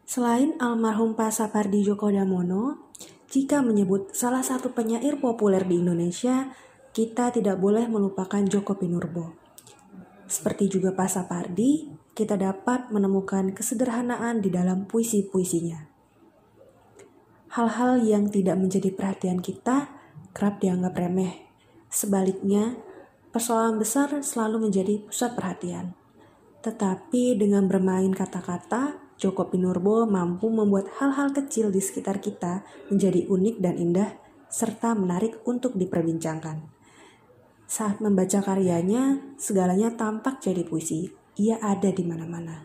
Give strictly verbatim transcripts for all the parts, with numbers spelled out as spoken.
Selain almarhum Pak Sapardi Djoko Damono, jika menyebut salah satu penyair populer di Indonesia, kita tidak boleh melupakan Djoko Pinurbo. Seperti juga Pak Sapardi, kita dapat menemukan kesederhanaan di dalam puisi-puisinya. Hal-hal yang tidak menjadi perhatian kita kerap dianggap remeh. Sebaliknya, persoalan besar selalu menjadi pusat perhatian. Tetapi dengan bermain kata-kata, Djoko Pinurbo mampu membuat hal-hal kecil di sekitar kita menjadi unik dan indah, serta menarik untuk diperbincangkan. Saat membaca karyanya, segalanya tampak jadi puisi. Ia ada di mana-mana.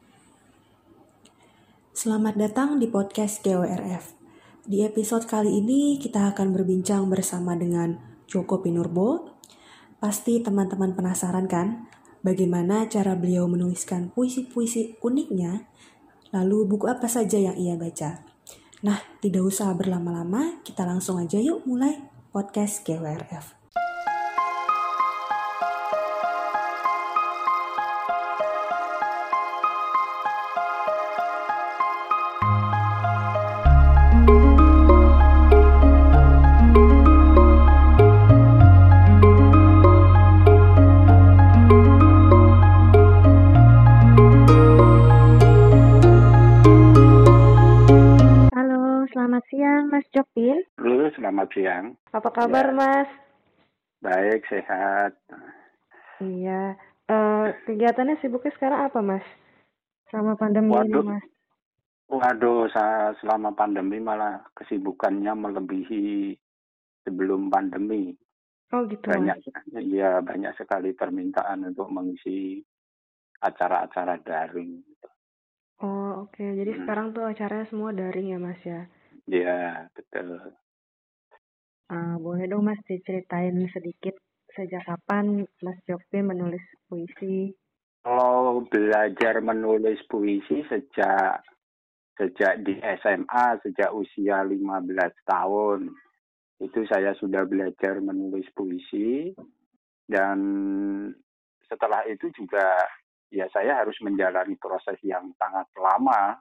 Selamat datang di podcast G W R F. Di episode kali ini kita akan berbincang bersama dengan Djoko Pinurbo. Pasti teman-teman penasaran kan? Bagaimana cara beliau menuliskan puisi-puisi uniknya? Lalu buku apa saja yang ia baca? Nah, tidak usah berlama-lama, kita langsung aja yuk mulai podcast G W R F. Selamat siang, Mas Jopin. Halo, selamat siang. Apa kabar, ya. Mas? Baik, sehat. Iya. Uh, kegiatannya sibuknya sekarang apa, Mas? Selama pandemi waduh, ini, Mas? Waduh, saya selama pandemi malah kesibukannya melebihi sebelum pandemi. Oh, gitu, banyak, Mas? Iya, banyak sekali permintaan untuk mengisi acara-acara daring. Oh, oke. Okay. Jadi hmm. sekarang tuh acaranya semua daring ya, Mas, ya? Iya, betul. Uh, boleh dong, Mas, diceritain sedikit sejak kapan Mas Jopin menulis puisi? Kalau belajar menulis puisi sejak sejak di S M A, sejak usia lima belas tahun, itu saya sudah belajar menulis puisi. Dan setelah itu juga ya saya harus menjalani proses yang sangat lama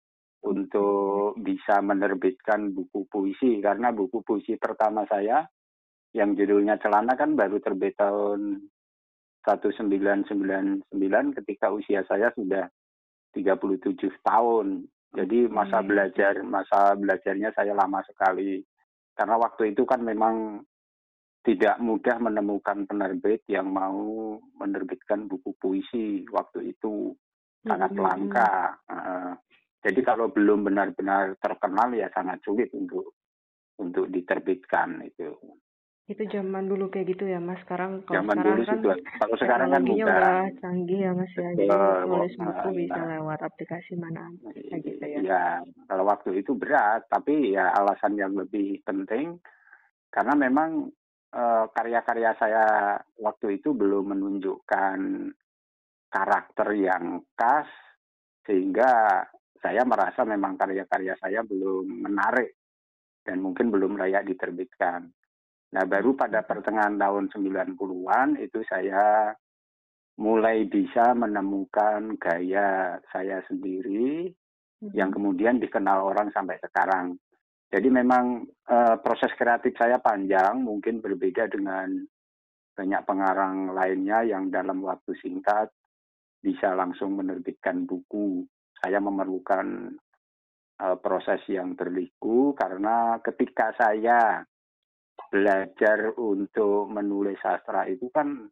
untuk bisa menerbitkan buku puisi, karena buku puisi pertama saya yang judulnya Celana kan baru terbit tahun seribu sembilan ratus sembilan puluh sembilan ketika usia saya sudah tiga puluh tujuh tahun. Jadi masa belajar masa belajarnya saya lama sekali, karena waktu itu kan memang tidak mudah menemukan penerbit yang mau menerbitkan buku puisi. Waktu itu sangat mm-hmm. langka. Uh, jadi kalau belum benar-benar terkenal ya sangat sulit untuk untuk diterbitkan itu. Itu zaman dulu kayak gitu ya, Mas. Sekarang kalau zaman sekarang dulu kan situ, kalau sekarang kan mudah. Udah canggih ya, Mas ya. Jadi Betul, nulis buku uh, bisa lewat aplikasi mana kayak gitu ya. Ya, kalau waktu itu berat, tapi ya alasan yang lebih penting karena memang uh, karya-karya saya waktu itu belum menunjukkan karakter yang khas, sehingga saya merasa memang karya-karya saya belum menarik dan mungkin belum layak diterbitkan. Nah, baru pada pertengahan tahun sembilan puluhan itu saya mulai bisa menemukan gaya saya sendiri hmm. yang kemudian dikenal orang sampai sekarang. Jadi memang uh, proses kreatif saya panjang, mungkin berbeda dengan banyak pengarang lainnya yang dalam waktu singkat bisa langsung menerbitkan buku. Saya memerlukan uh, proses yang berliku karena ketika saya belajar untuk menulis sastra itu kan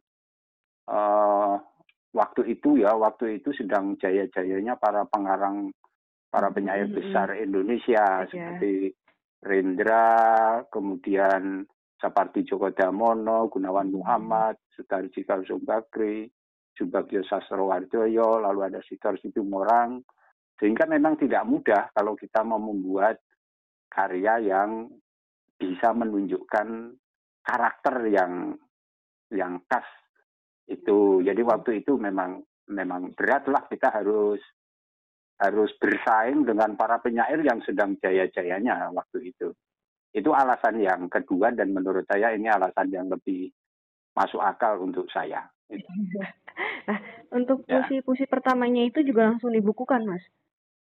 uh, waktu itu ya, waktu itu sedang jaya-jayanya para pengarang, para penyair mm-hmm. besar Indonesia, yeah. seperti Rendra, kemudian Sapardi Djoko Damono, Gunawan mm-hmm. Muhammad, Sutarji Kalsum Bakri, Subagio Sastrowardoyo, lalu ada Sitor Situmorang. Sehingga memang tidak mudah kalau kita mau membuat karya yang bisa menunjukkan karakter yang yang khas itu. Jadi waktu itu memang memang beratlah, kita harus harus bersaing dengan para penyair yang sedang jaya-jayanya waktu itu. Itu alasan yang kedua dan menurut saya ini alasan yang lebih masuk akal untuk saya. Nah, untuk puisi-puisi ya. pertamanya itu juga langsung dibukukan, Mas?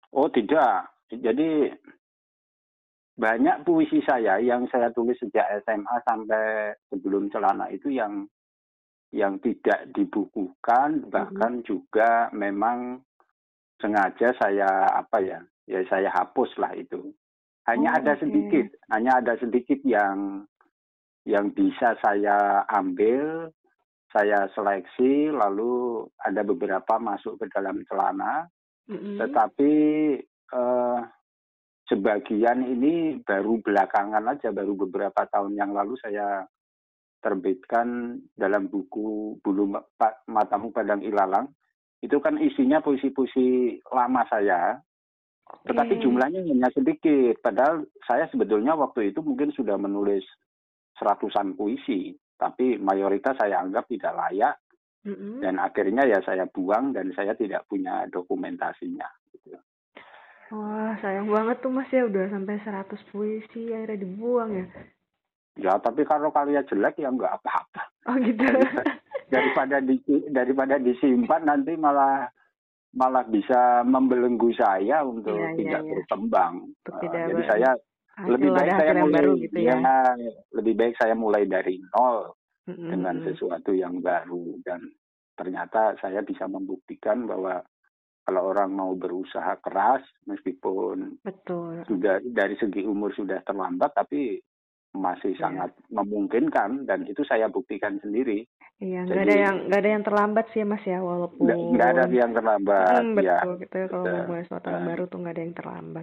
Oh tidak, jadi banyak puisi saya yang saya tulis sejak S M A sampai sebelum celana itu yang yang tidak dibukukan, bahkan juga memang sengaja saya apa ya, ya saya hapus lah itu. Hanya Oh, ada oke. sedikit, hanya ada sedikit yang yang bisa saya ambil, saya seleksi, lalu ada beberapa masuk ke dalam celana, Mm-mm. tetapi eh, sebagian ini baru belakangan aja, baru beberapa tahun yang lalu saya terbitkan dalam buku Bulu Matamu Padang Ilalang. Itu kan isinya puisi-puisi lama saya, tetapi Oke. jumlahnya hanya sedikit. Padahal saya sebetulnya waktu itu mungkin sudah menulis seratusan puisi, tapi mayoritas saya anggap tidak layak, Mm-mm. dan akhirnya ya saya buang dan saya tidak punya dokumentasinya. Gitu. Wah, sayang banget tuh Mas ya, udah sampai seratus puisi akhirnya dibuang ya. Ya, tapi kalau karya jelek ya nggak apa-apa. Oh gitu. Daripada, daripada, di, daripada disimpan nanti malah malah bisa membelenggu saya untuk Iya, iya, tidak iya. berkembang. Untuk Uh, tidak jadi ber- saya hasil lebih baik ada saya hasil yang mulai baru gitu ya, ya. lebih baik saya mulai dari nol Mm-mm, dengan mm-mm. sesuatu yang baru, dan ternyata saya bisa membuktikan bahwa kalau orang mau berusaha keras meskipun Betul. sudah dari segi umur sudah terlambat, tapi masih Iya. sangat memungkinkan, dan itu saya buktikan sendiri. Iya, nggak Jadi ada yang nggak ada yang terlambat sih ya Mas ya, walaupun nggak nggak ada yang terlambat, Mm, ya. betul gitu ya, kalau mau Betul. mulai sesuatu yang Uh, baru tuh nggak ada yang terlambat.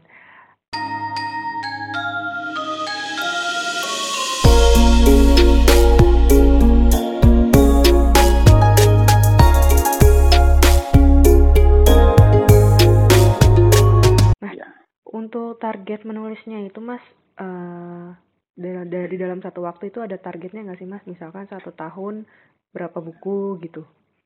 Nah, ya. untuk target menulisnya itu Mas, eh dari, dari dalam satu waktu itu ada targetnya nggak sih Mas? Misalkan satu tahun berapa buku gitu?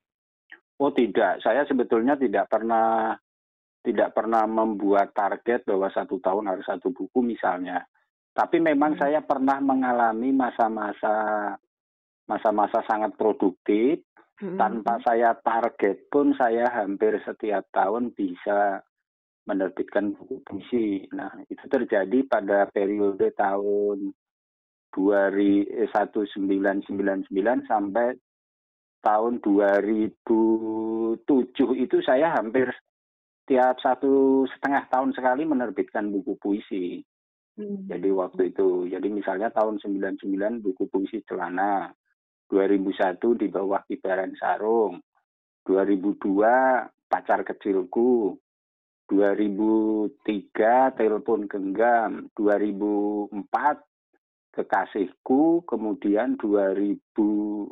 Oh tidak, saya sebetulnya tidak pernah tidak pernah membuat target bahwa satu tahun harus satu buku misalnya. Tapi memang Hmm. saya pernah mengalami masa-masa masa-masa sangat produktif. Mm-mm. Tanpa saya target pun saya hampir setiap tahun bisa menerbitkan buku puisi. Nah, itu terjadi pada periode tahun dua ribu sembilan ratus sembilan puluh sembilan sampai tahun dua ribu tujuh itu saya hampir tiap satu setengah tahun sekali menerbitkan buku puisi. Hmm. Jadi waktu itu, jadi misalnya tahun sembilan puluh sembilan buku puisi Celana, dua ribu satu Di Bawah Kibaran Sarung, dua ribu dua Pacar Kecilku, dua ribu tiga Telepon Genggam, dua ribu empat Kekasihku, kemudian dua ribu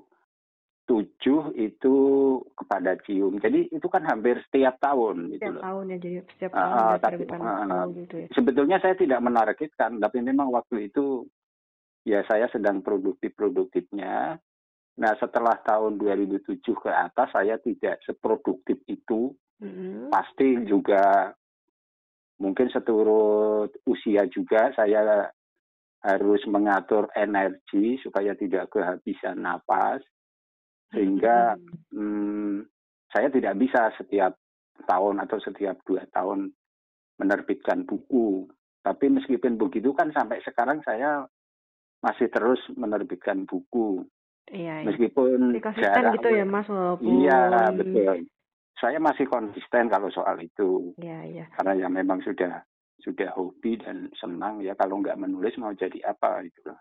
tujuh itu Kepada Cium. Jadi itu kan hampir setiap tahun gitu Setiap loh. tahun ya, jadi setiap Uh, tahun uh, ada tapi terbitan uh, buku gitu ya. sebetulnya saya tidak menargetkan, tapi memang waktu itu ya saya sedang produktif-produktifnya. Nah, setelah tahun dua ribu tujuh ke atas saya tidak seproduktif itu. Mm-hmm. Pasti juga mungkin seturut usia juga saya harus mengatur energi supaya tidak kehabisan napas. Sehingga hmm, saya tidak bisa setiap tahun atau setiap dua tahun menerbitkan buku. Tapi meskipun begitu kan sampai sekarang saya masih terus menerbitkan buku. Iya, Meskipun iya. Konsisten jarak. gitu ya Mas, walaupun. Iya, betul. Saya masih konsisten kalau soal itu. Iya, iya. Karena ya memang sudah sudah hobi dan senang ya, kalau nggak menulis mau jadi apa gitu loh.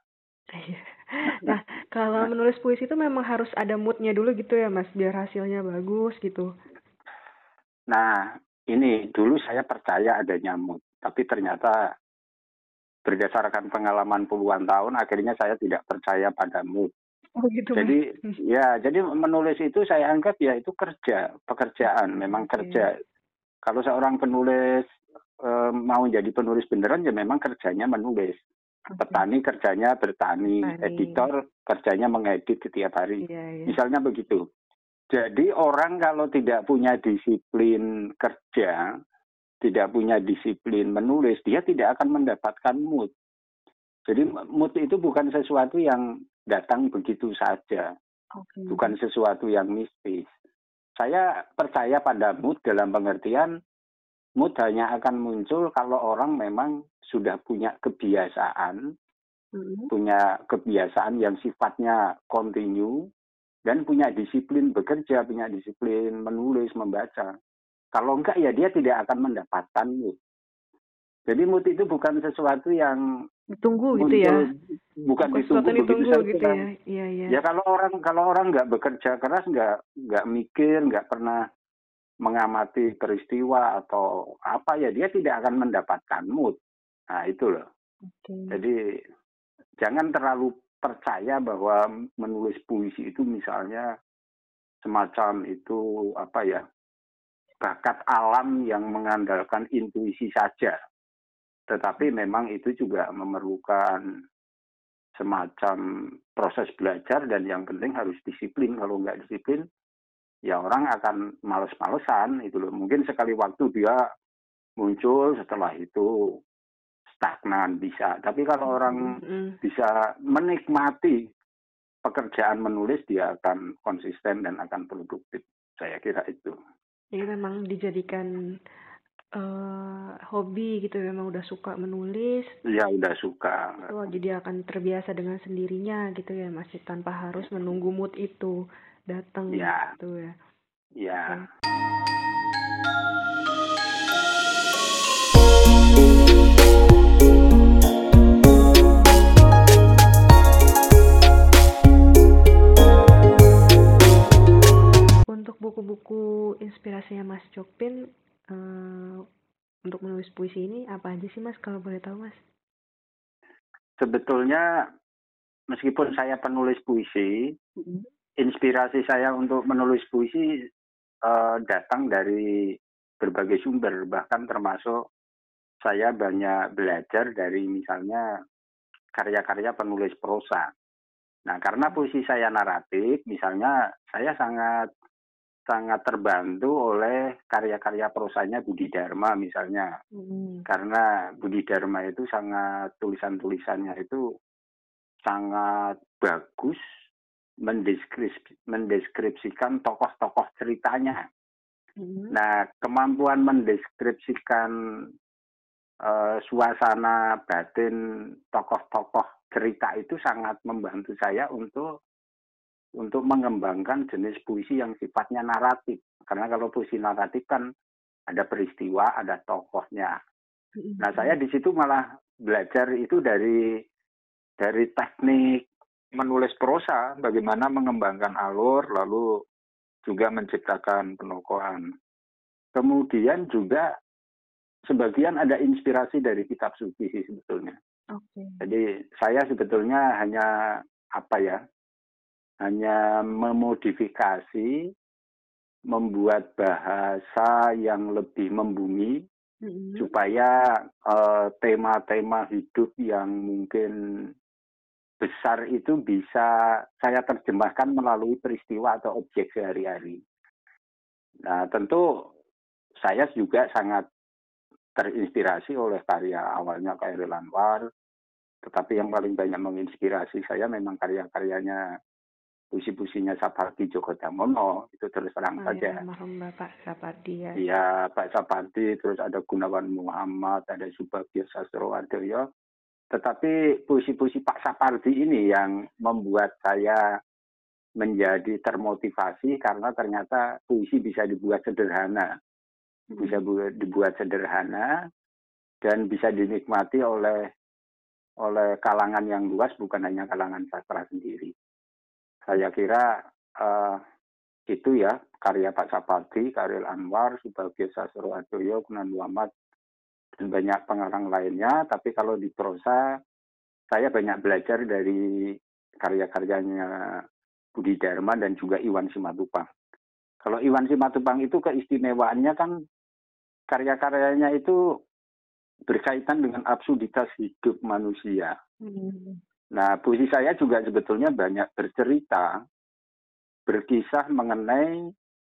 Nah, kalau menulis puisi itu memang harus ada moodnya dulu gitu ya Mas, biar hasilnya bagus gitu. Nah, ini dulu saya percaya adanya mood, tapi ternyata berdasarkan pengalaman puluhan tahun, akhirnya saya tidak percaya pada mood. Oh gitu Jadi Mas. ya, jadi menulis itu saya anggap ya itu kerja, pekerjaan, memang Okay. kerja. Kalau seorang penulis e, mau jadi penulis beneran ya memang kerjanya menulis. Okay. Petani kerjanya bertani, Petani. Editor kerjanya mengedit setiap hari. Iya, iya. Misalnya begitu. Jadi orang kalau tidak punya disiplin kerja, tidak punya disiplin menulis, dia tidak akan mendapatkan mood. Jadi mood itu bukan sesuatu yang datang begitu saja. Okay. Bukan sesuatu yang mistis. Saya percaya pada mood dalam pengertian mood hanya akan muncul kalau orang memang sudah punya kebiasaan, Mm-mm. punya kebiasaan yang sifatnya kontinu, dan punya disiplin bekerja, punya disiplin menulis, membaca. Kalau enggak ya dia tidak akan mendapatkan mood. Jadi mood itu bukan sesuatu yang Ditunggu gitu muncul, ya. bukan Bukan sesuatu ditunggu yang begitu ditunggu saja. gitu ya. Iya, iya. Ya kalau orang kalau orang nggak bekerja keras, nggak nggak mikir, nggak pernah mengamati peristiwa atau apa, ya dia tidak akan mendapatkan mood. Nah itu loh. Oke. Jadi jangan terlalu percaya bahwa menulis puisi itu misalnya semacam itu apa ya, bakat alam yang mengandalkan intuisi saja. Tetapi memang itu juga memerlukan semacam proses belajar, dan yang penting harus disiplin. Kalau nggak disiplin, ya orang akan males-malesan itu loh. Mungkin sekali waktu dia muncul, setelah itu stagnan bisa. Tapi kalau orang Mm-mm. bisa menikmati pekerjaan menulis, dia akan konsisten dan akan produktif. Saya kira itu. Jadi memang dijadikan eh, hobi gitu, memang udah suka menulis. Ya udah suka. Oh, jadi akan terbiasa dengan sendirinya gitu ya, masih tanpa harus menunggu mood itu datang Ya. gitu ya. Ya. Oke. Untuk buku-buku inspirasinya Mas Jokpin eh, untuk menulis puisi ini apa aja sih Mas, kalau boleh tahu Mas? Sebetulnya meskipun saya penulis puisi, Mm-hmm. inspirasi saya untuk menulis puisi uh, datang dari berbagai sumber, bahkan termasuk saya banyak belajar dari misalnya karya-karya penulis prosa. Nah, karena puisi saya naratif, misalnya saya sangat sangat terbantu oleh karya-karya prosanya Budi Dharma misalnya. Mm-hmm. Karena Budi Dharma itu sangat, tulisan-tulisannya itu sangat bagus mendeskripsi, mendeskripsikan tokoh-tokoh ceritanya. Mm-hmm. Nah, kemampuan mendeskripsikan uh, suasana batin tokoh-tokoh cerita itu sangat membantu saya untuk untuk mengembangkan jenis puisi yang sifatnya naratif. Karena kalau puisi naratif kan ada peristiwa, ada tokohnya. Mm-hmm. Nah, saya di situ malah belajar itu dari dari teknik menulis prosa, bagaimana mengembangkan alur, lalu juga menciptakan penokohan. Kemudian juga sebagian ada inspirasi dari kitab suci sih sebetulnya. Okay. Jadi saya sebetulnya hanya apa ya, hanya memodifikasi, membuat bahasa yang lebih membumi, mm-hmm. supaya uh, tema-tema hidup yang mungkin besar itu bisa saya terjemahkan melalui peristiwa atau objek sehari-hari. Nah, tentu saya juga sangat terinspirasi oleh karya awalnya Chairil Anwar, tetapi yang paling banyak menginspirasi saya memang karya-karyanya, puisi-puisinya Sapardi Djoko Damono, itu terus terang oh, saja. Almarhum Bapak Sapardi ya. Iya, Pak Sapardi, terus ada Gunawan Muhammad, ada Subagio Sastrowardoyo. Tetapi puisi-puisi Pak Sapardi ini yang membuat saya menjadi termotivasi, karena ternyata puisi bisa dibuat sederhana. Bisa dibuat sederhana dan bisa dinikmati oleh oleh kalangan yang luas, bukan hanya kalangan sastra sendiri. Saya kira uh, itu ya, karya Pak Sapardi, Chairil Anwar, Subagio Sastrowardoyo, Gunawan Muhammad, dan banyak pengarang lainnya. Tapi kalau di prosa, saya banyak belajar dari karya-karyanya Budi Dharma dan juga Iwan Simatupang. Kalau Iwan Simatupang itu keistimewaannya kan karya-karyanya itu berkaitan dengan absurditas hidup manusia. Hmm. Nah, puisi saya juga sebetulnya banyak bercerita, berkisah mengenai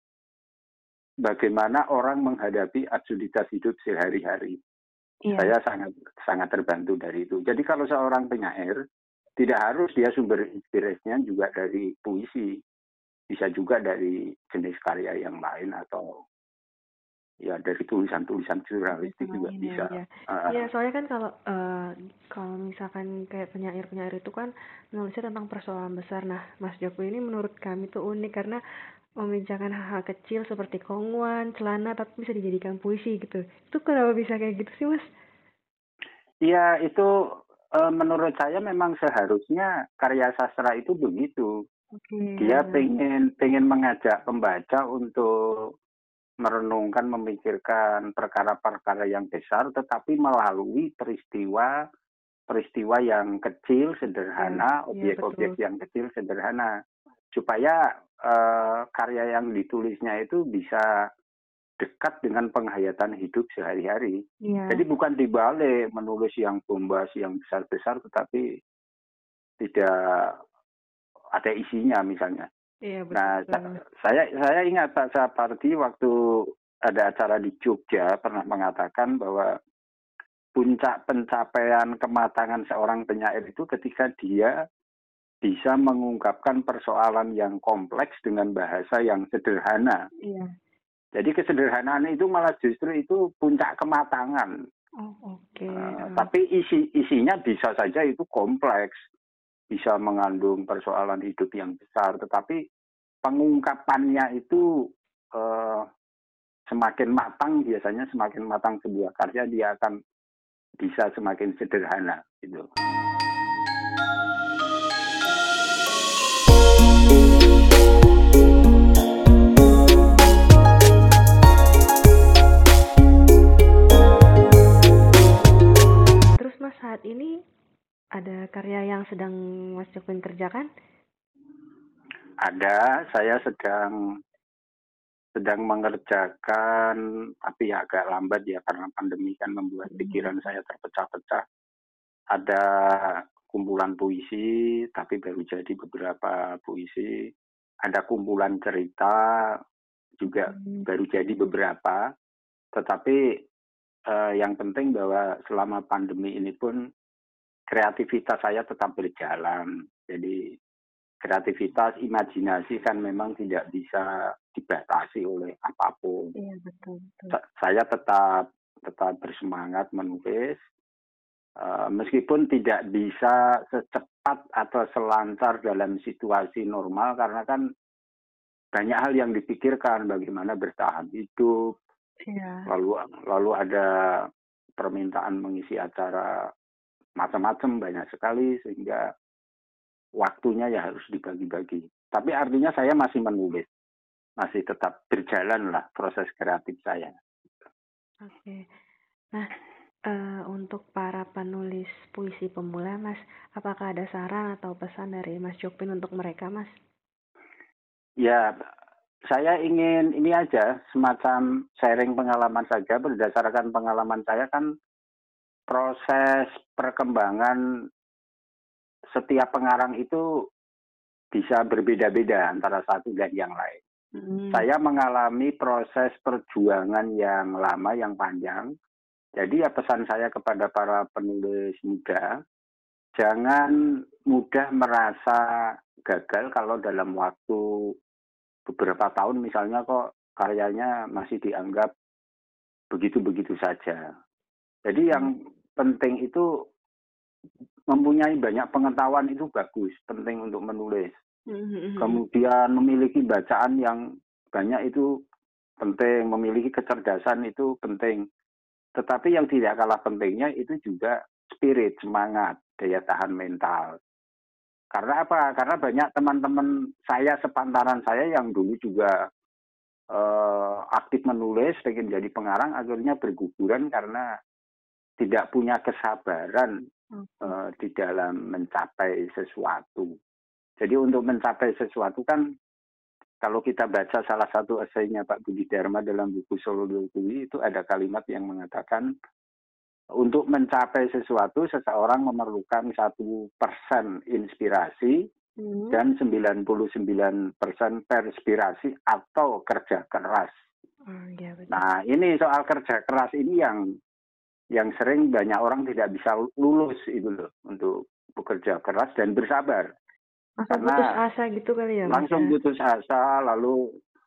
bagaimana orang menghadapi absurditas hidup sehari-hari. Iya. Saya sangat sangat terbantu dari itu. Jadi kalau seorang penyair, tidak harus dia sumber inspirasinya juga dari puisi. Bisa juga dari jenis karya yang lain atau ya dari tulisan-tulisan jurnalistik juga Lain ya, bisa. ya. Uh, Iya, soalnya kan kalau eh, kalau misalkan kayak penyair-penyair itu kan nulisnya tentang persoalan besar. Nah, Mas Joko ini menurut kami tuh unik karena membincangkan hal-hal kecil seperti kongwan, celana, tapi bisa dijadikan puisi gitu. Itu kenapa bisa kayak gitu sih, Mas? Iya, itu uh, menurut saya memang seharusnya karya sastra itu begitu. Oke. Dia pengen pengen mengajak pembaca untuk merenungkan, memikirkan perkara-perkara yang besar, tetapi melalui peristiwa peristiwa yang kecil, sederhana, Ya, objek-objek betul. yang kecil, sederhana, supaya uh, karya yang ditulisnya itu bisa dekat dengan penghayatan hidup sehari-hari. Iya. Jadi bukan dibalik menulis yang bombas, yang besar-besar, tetapi tidak ada isinya misalnya. Iya, betul. Nah, saya saya ingat Pak Sapardi waktu ada acara di Jogja pernah mengatakan bahwa puncak pencapaian kematangan seorang penyair itu ketika dia bisa mengungkapkan persoalan yang kompleks dengan bahasa yang sederhana. Iya. Jadi kesederhanaan itu malah justru itu puncak kematangan. Oh, oke. Okay. Uh, uh. Tapi isi isinya bisa saja itu kompleks, bisa mengandung persoalan hidup yang besar, tetapi pengungkapannya itu uh, semakin matang, biasanya semakin matang sebuah karya dia akan bisa semakin sederhana gitu. Terus Mas, saat ini ada karya yang sedang Mas Joko kerjakan? Ada, saya sedang sedang mengerjakan, tapi ya agak lambat ya karena pandemi kan membuat pikiran saya terpecah-pecah. Ada kumpulan puisi, tapi baru jadi beberapa puisi. Ada kumpulan cerita, juga hmm. baru jadi beberapa. Tetapi eh, yang penting bahwa selama pandemi ini pun kreativitas saya tetap berjalan. Jadi kreativitas, imajinasi kan memang tidak bisa dibatasi oleh apapun. Iya, betul, betul. Saya tetap tetap bersemangat menulis, uh, meskipun tidak bisa secepat atau selancar dalam situasi normal karena kan banyak hal yang dipikirkan, bagaimana bertahan hidup. Iya. Lalu lalu ada permintaan mengisi acara macam-macam banyak sekali sehingga waktunya ya harus dibagi-bagi. Tapi artinya saya masih menulis, masih tetap berjalan lah proses kreatif saya. Oke. Nah, uh, untuk para penulis puisi pemula, Mas, apakah ada saran atau pesan dari Mas Jokpin untuk mereka, Mas? Ya, saya ingin ini aja, semacam sharing pengalaman saja. Berdasarkan pengalaman saya kan proses perkembangan setiap pengarang itu bisa berbeda-beda antara satu dan yang lain. Hmm. Saya mengalami proses perjuangan yang lama, yang panjang. Jadi ya pesan saya kepada para penulis muda, jangan mudah merasa gagal kalau dalam waktu beberapa tahun misalnya kok karyanya masih dianggap begitu-begitu saja. Jadi yang penting itu mempunyai banyak pengetahuan itu bagus, penting untuk menulis. Mm-hmm. Kemudian memiliki bacaan yang banyak itu penting, memiliki kecerdasan itu penting. Tetapi yang tidak kalah pentingnya itu juga spirit, semangat, daya tahan mental. Karena apa? Karena banyak teman-teman saya sepantaran saya yang dulu juga uh, aktif menulis, pengen jadi pengarang, akhirnya berguguran karena tidak punya kesabaran Uh, di dalam mencapai sesuatu. Jadi untuk mencapai sesuatu kan, kalau kita baca salah satu esainya Pak Budi Dharma dalam buku Solo Lukui, itu ada kalimat yang mengatakan, untuk mencapai sesuatu, seseorang memerlukan satu persen inspirasi hmm. dan sembilan puluh sembilan persen perspirasi atau kerja keras. Oh, ya, betul. Nah, ini soal kerja keras ini yang yang sering banyak orang tidak bisa lulus itu loh, untuk bekerja keras dan bersabar. Langsung Karena putus asa gitu kali ya, Mas? Langsung ya? putus asa, lalu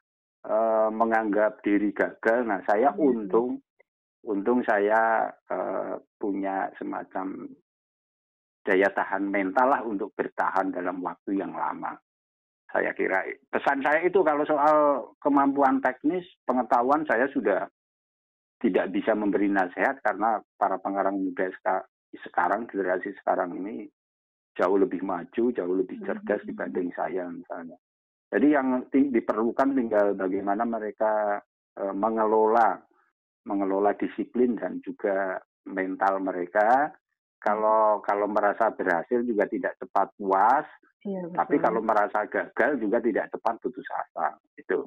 uh, menganggap diri gagal. Nah, saya Iya, iya. untung, untung saya uh, punya semacam daya tahan mental lah untuk bertahan dalam waktu yang lama. Saya kira pesan saya itu kalau soal kemampuan teknis, pengetahuan saya sudah tidak bisa memberi nasihat karena para pengarang muda sekarang, generasi sekarang ini jauh lebih maju, jauh lebih cerdas dibanding saya misalnya. Jadi yang diperlukan tinggal bagaimana mereka e, mengelola, mengelola disiplin dan juga mental mereka. Kalau kalau merasa berhasil juga tidak cepat puas, Iya, tapi betul. kalau merasa gagal juga tidak cepat putus asa. Itu.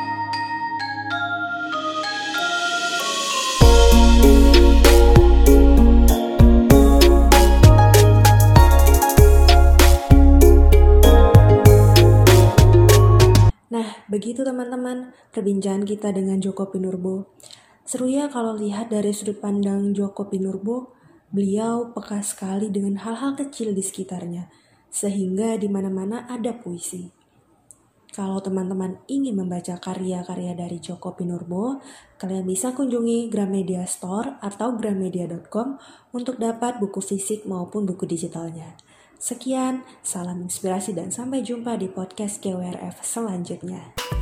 Nah, begitu teman-teman perbincangan kita dengan Djoko Pinurbo. Seru ya kalau lihat dari sudut pandang Djoko Pinurbo, beliau peka sekali dengan hal-hal kecil di sekitarnya, sehingga di mana-mana ada puisi. Kalau teman-teman ingin membaca karya-karya dari Djoko Pinurbo, kalian bisa kunjungi Gramedia Store atau gramedia dot com untuk dapat buku fisik maupun buku digitalnya. Sekian, salam inspirasi dan sampai jumpa di podcast K W R F selanjutnya.